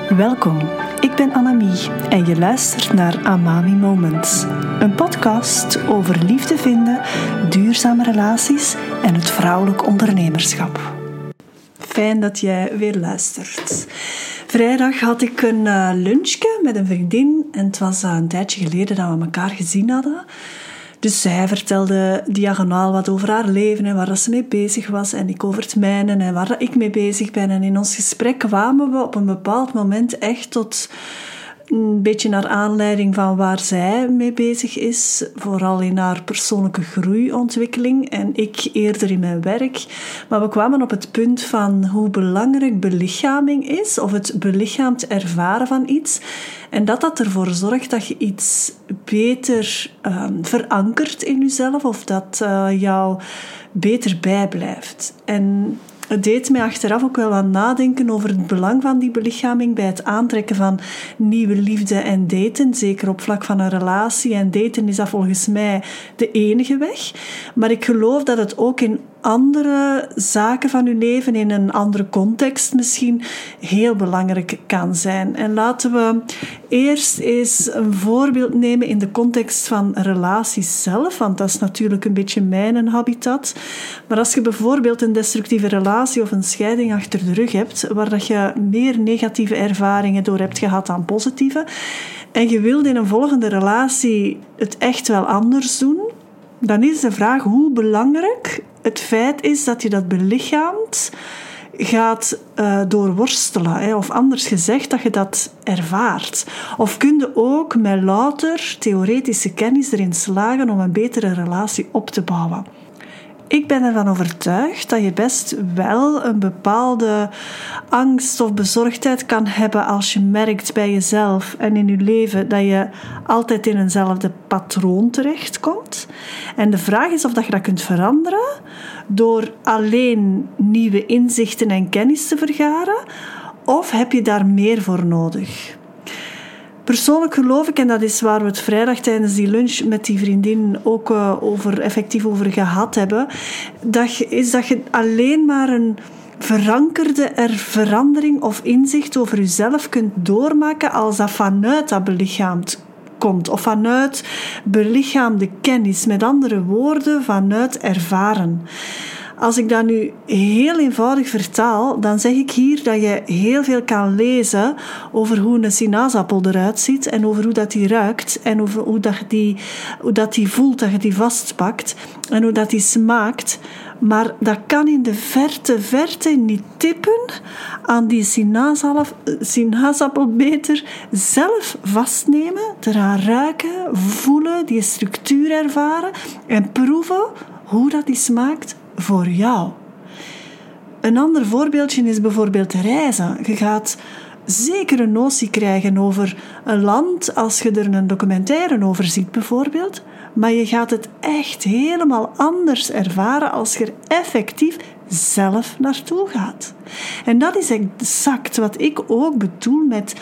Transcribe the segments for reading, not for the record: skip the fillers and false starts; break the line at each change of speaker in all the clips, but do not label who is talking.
Welkom, ik ben Annemie en je luistert naar Amami Moments. Een podcast over liefde vinden, duurzame relaties en het vrouwelijk ondernemerschap. Fijn dat jij weer luistert. Vrijdag had ik een lunchje met een vriendin en het was een tijdje geleden dat we elkaar gezien hadden. Dus zij vertelde diagonaal wat over haar leven en waar ze mee bezig was. En ik over het mijne en waar ik mee bezig ben. En in ons gesprek kwamen we op een bepaald moment echt tot een beetje naar aanleiding van waar zij mee bezig is. Vooral in haar persoonlijke groeiontwikkeling en ik eerder in mijn werk. Maar we kwamen op het punt van hoe belangrijk belichaming is. Of het belichaamd ervaren van iets. En dat ervoor zorgt dat je iets beter verankert in jezelf. Of dat jou beter bijblijft. En het deed mij achteraf ook wel wat nadenken over het belang van die belichaming bij het aantrekken van nieuwe liefde en daten. Zeker op vlak van een relatie. En daten is dat volgens mij de enige weg. Maar ik geloof dat het ook in andere zaken van uw leven, in een andere context misschien, heel belangrijk kan zijn. En laten we eerst eens een voorbeeld nemen in de context van relaties zelf, want dat is natuurlijk een beetje mijn habitat. Maar als je bijvoorbeeld een destructieve relatie of een scheiding achter de rug hebt, waar dat je meer negatieve ervaringen door hebt gehad dan positieve, en je wilt in een volgende relatie het echt wel anders doen, dan is de vraag hoe belangrijk het feit is dat je dat belichaamt gaat doorworstelen. Of anders gezegd, dat je dat ervaart. Of kun je ook met louter theoretische kennis erin slagen om een betere relatie op te bouwen. Ik ben ervan overtuigd dat je best wel een bepaalde angst of bezorgdheid kan hebben als je merkt bij jezelf en in je leven dat je altijd in eenzelfde patroon terechtkomt. En de vraag is of dat je dat kunt veranderen door alleen nieuwe inzichten en kennis te vergaren, of heb je daar meer voor nodig? Persoonlijk geloof ik, en dat is waar we het vrijdag tijdens die lunch met die vriendin ook effectief over gehad hebben, dat je alleen maar een verankerde verandering of inzicht over jezelf kunt doormaken als dat vanuit dat belichaamd komt. Of vanuit belichaamde kennis. Met andere woorden, vanuit ervaren. Als ik dat nu heel eenvoudig vertaal, dan zeg ik hier dat je heel veel kan lezen over hoe een sinaasappel eruit ziet en over hoe dat die ruikt en over hoe dat die voelt, dat je die vastpakt en hoe dat die smaakt. Maar dat kan in de verte niet tippen aan die sinaasappel beter zelf vastnemen, eraan ruiken, voelen, die structuur ervaren en proeven hoe dat die smaakt voor jou. Een ander voorbeeldje is bijvoorbeeld reizen. Je gaat zeker een notie krijgen over een land als je er een documentaire over ziet bijvoorbeeld, maar je gaat het echt helemaal anders ervaren als je er effectief zelf naartoe gaat. En dat is exact wat ik ook bedoel met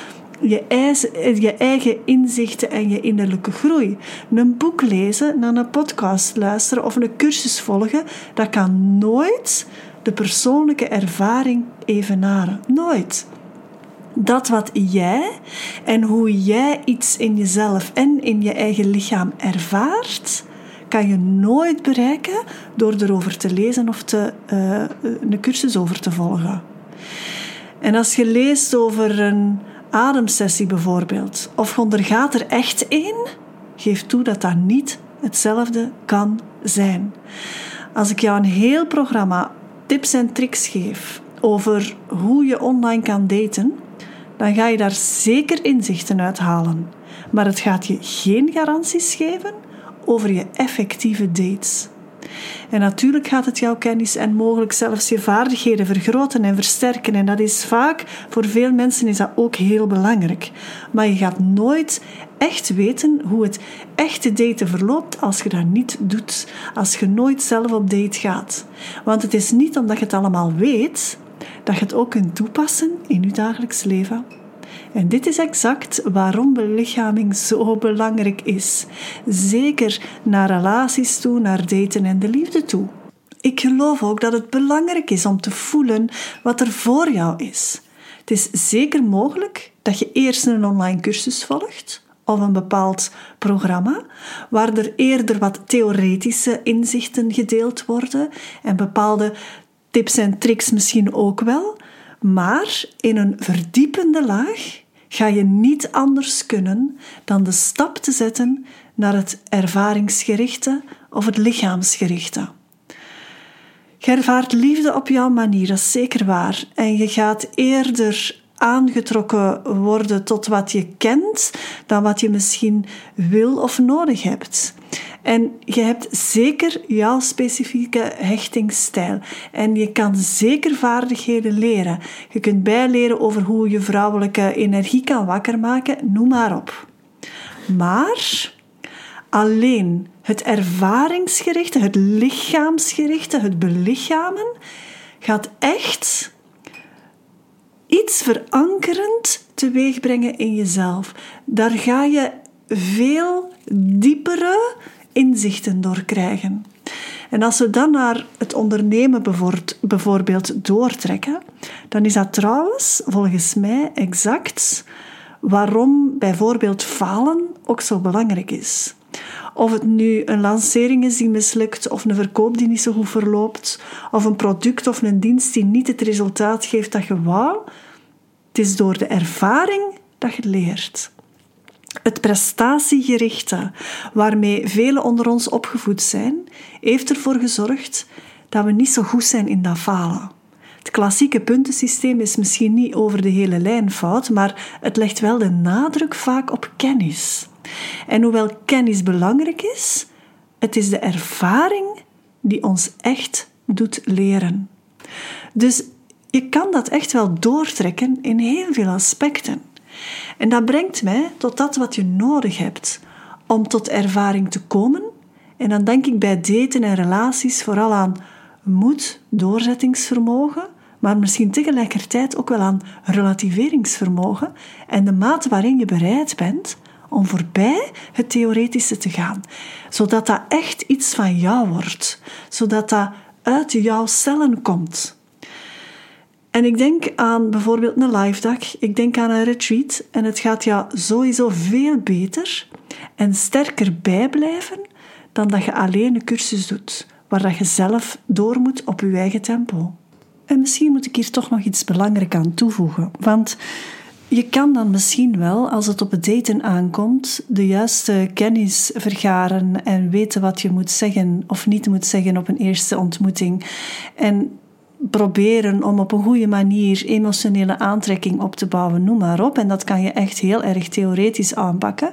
je eigen inzichten en je innerlijke groei. Een boek lezen, naar een podcast luisteren of een cursus volgen, dat kan nooit de persoonlijke ervaring evenaren. Nooit. Dat wat jij en hoe jij iets in jezelf en in je eigen lichaam ervaart, kan je nooit bereiken door erover te lezen of een cursus over te volgen. En als je leest over een ademsessie bijvoorbeeld, of je ondergaat er echt in, geef toe dat dat niet hetzelfde kan zijn. Als ik jou een heel programma tips en tricks geef over hoe je online kan daten, dan ga je daar zeker inzichten uithalen. Maar het gaat je geen garanties geven over je effectieve dates. En natuurlijk gaat het jouw kennis en mogelijk zelfs je vaardigheden vergroten en versterken. En dat is vaak, voor veel mensen is dat ook heel belangrijk. Maar je gaat nooit echt weten hoe het echte daten verloopt als je dat niet doet. Als je nooit zelf op date gaat. Want het is niet omdat je het allemaal weet, dat je het ook kunt toepassen in je dagelijks leven. En dit is exact waarom belichaming zo belangrijk is. Zeker naar relaties toe, naar daten en de liefde toe. Ik geloof ook dat het belangrijk is om te voelen wat er voor jou is. Het is zeker mogelijk dat je eerst een online cursus volgt of een bepaald programma, waar er eerder wat theoretische inzichten gedeeld worden en bepaalde tips en tricks misschien ook wel. Maar in een verdiepende laag ga je niet anders kunnen dan de stap te zetten naar het ervaringsgerichte of het lichaamsgerichte. Je ervaart liefde op jouw manier, dat is zeker waar. En je gaat eerder aangetrokken worden tot wat je kent dan wat je misschien wil of nodig hebt. En je hebt zeker jouw specifieke hechtingsstijl. En je kan zeker vaardigheden leren. Je kunt bijleren over hoe je vrouwelijke energie kan wakker maken, noem maar op. Maar alleen het ervaringsgerichte, het lichaamsgerichte, het belichamen gaat echt iets verankerend teweeg brengen in jezelf. Daar ga je veel diepere inzichten door krijgen. En als we dan naar het ondernemen bijvoorbeeld doortrekken, dan is dat trouwens volgens mij exact waarom bijvoorbeeld falen ook zo belangrijk is. Of het nu een lancering is die mislukt, of een verkoop die niet zo goed verloopt, of een product of een dienst die niet het resultaat geeft dat je wou. Het is door de ervaring dat je leert. Het prestatiegerichte, waarmee velen onder ons opgevoed zijn, heeft ervoor gezorgd dat we niet zo goed zijn in dat falen. Het klassieke puntensysteem is misschien niet over de hele lijn fout, maar het legt wel de nadruk vaak op kennis. En hoewel kennis belangrijk is, het is de ervaring die ons echt doet leren. Dus je kan dat echt wel doortrekken in heel veel aspecten. En dat brengt mij tot dat wat je nodig hebt om tot ervaring te komen. En dan denk ik bij daten en relaties vooral aan moed, doorzettingsvermogen, maar misschien tegelijkertijd ook wel aan relativeringsvermogen en de mate waarin je bereid bent om voorbij het theoretische te gaan. Zodat dat echt iets van jou wordt. Zodat dat uit jouw cellen komt. En ik denk aan bijvoorbeeld een live dag. Ik denk aan een retreat. En het gaat jou sowieso veel beter en sterker bijblijven dan dat je alleen een cursus doet, waar dat je zelf door moet op je eigen tempo. En misschien moet ik hier toch nog iets belangrijks aan toevoegen. Want je kan dan misschien wel, als het op het daten aankomt, de juiste kennis vergaren en weten wat je moet zeggen of niet moet zeggen op een eerste ontmoeting. En proberen om op een goede manier emotionele aantrekking op te bouwen, noem maar op. En dat kan je echt heel erg theoretisch aanpakken.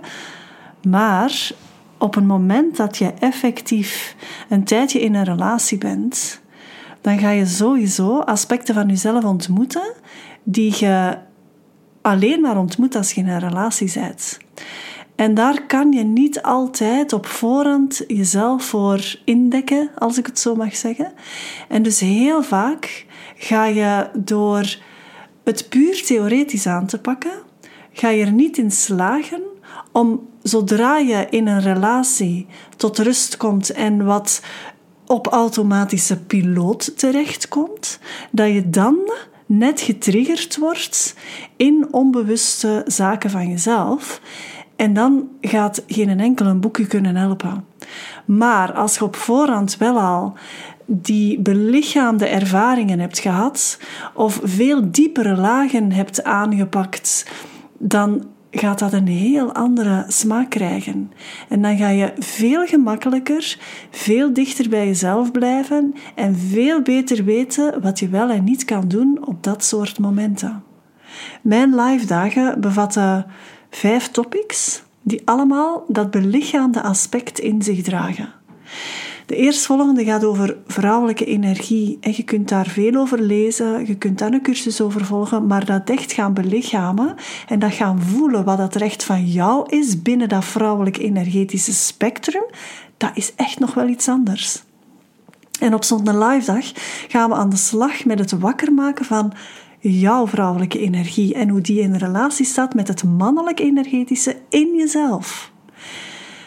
Maar op een moment dat je effectief een tijdje in een relatie bent, dan ga je sowieso aspecten van jezelf ontmoeten die je alleen maar ontmoet als je in een relatie bent. En daar kan je niet altijd op voorhand jezelf voor indekken, als ik het zo mag zeggen. En dus heel vaak ga je door het puur theoretisch aan te pakken, ga je er niet in slagen om, zodra je in een relatie tot rust komt en wat op automatische piloot terechtkomt, dat je dan net getriggerd wordt in onbewuste zaken van jezelf. En dan gaat geen enkel een boekje kunnen helpen. Maar als je op voorhand wel al die belichaamde ervaringen hebt gehad, of veel diepere lagen hebt aangepakt, dan gaat dat een heel andere smaak krijgen. En dan ga je veel gemakkelijker, veel dichter bij jezelf blijven en veel beter weten wat je wel en niet kan doen op dat soort momenten. Mijn live dagen bevatten 5 topics die allemaal dat belichaamde aspect in zich dragen. De eerstvolgende gaat over vrouwelijke energie. En je kunt daar veel over lezen, je kunt daar een cursus over volgen, maar dat echt gaan belichamen en dat gaan voelen wat dat recht van jou is binnen dat vrouwelijk energetische spectrum, dat is echt nog wel iets anders. En op zo'n live dag gaan we aan de slag met het wakker maken van jouw vrouwelijke energie en hoe die in relatie staat met het mannelijk energetische in jezelf.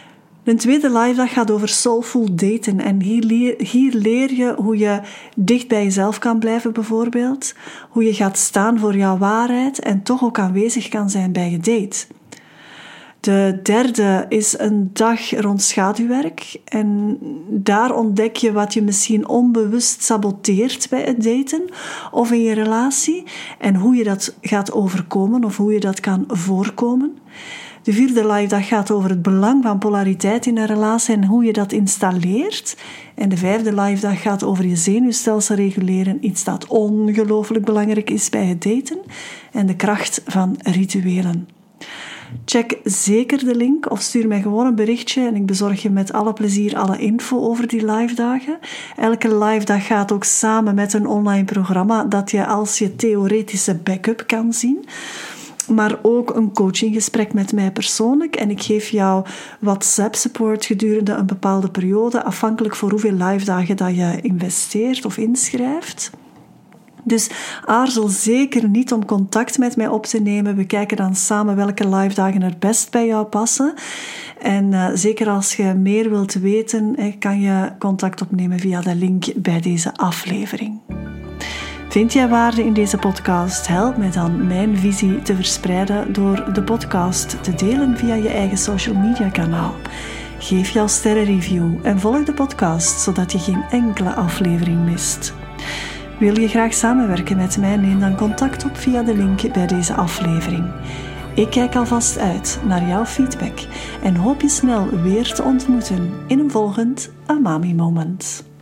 De tweede live dag gaat over soulful daten. En hier leer je hoe je dicht bij jezelf kan blijven bijvoorbeeld. Hoe je gaat staan voor jouw waarheid en toch ook aanwezig kan zijn bij je date. De derde is een dag rond schaduwwerk. En daar ontdek je wat je misschien onbewust saboteert bij het daten of in je relatie. En hoe je dat gaat overkomen of hoe je dat kan voorkomen. De vierde live dag gaat over het belang van polariteit in een relatie en hoe je dat installeert. En de vijfde live dag gaat over je zenuwstelsel reguleren. Iets dat ongelooflijk belangrijk is bij het daten. En de kracht van rituelen. Check zeker de link of stuur mij gewoon een berichtje en ik bezorg je met alle plezier alle info over die live dagen. Elke live dag gaat ook samen met een online programma dat je als je theoretische backup kan zien. Maar ook een coachinggesprek met mij persoonlijk. En ik geef jou WhatsApp-support gedurende een bepaalde periode, afhankelijk voor hoeveel live dagen dat je investeert of inschrijft. Dus aarzel zeker niet om contact met mij op te nemen. We kijken dan samen welke live dagen er best bij jou passen. En zeker als je meer wilt weten, kan je contact opnemen via de link bij deze aflevering. Vind jij waarde in deze podcast? Help mij dan mijn visie te verspreiden door de podcast te delen via je eigen social media kanaal. Geef jouw sterrenreview en volg de podcast zodat je geen enkele aflevering mist. Wil je graag samenwerken met mij? Neem dan contact op via de link bij deze aflevering. Ik kijk alvast uit naar jouw feedback en hoop je snel weer te ontmoeten in een volgend Amami Moment.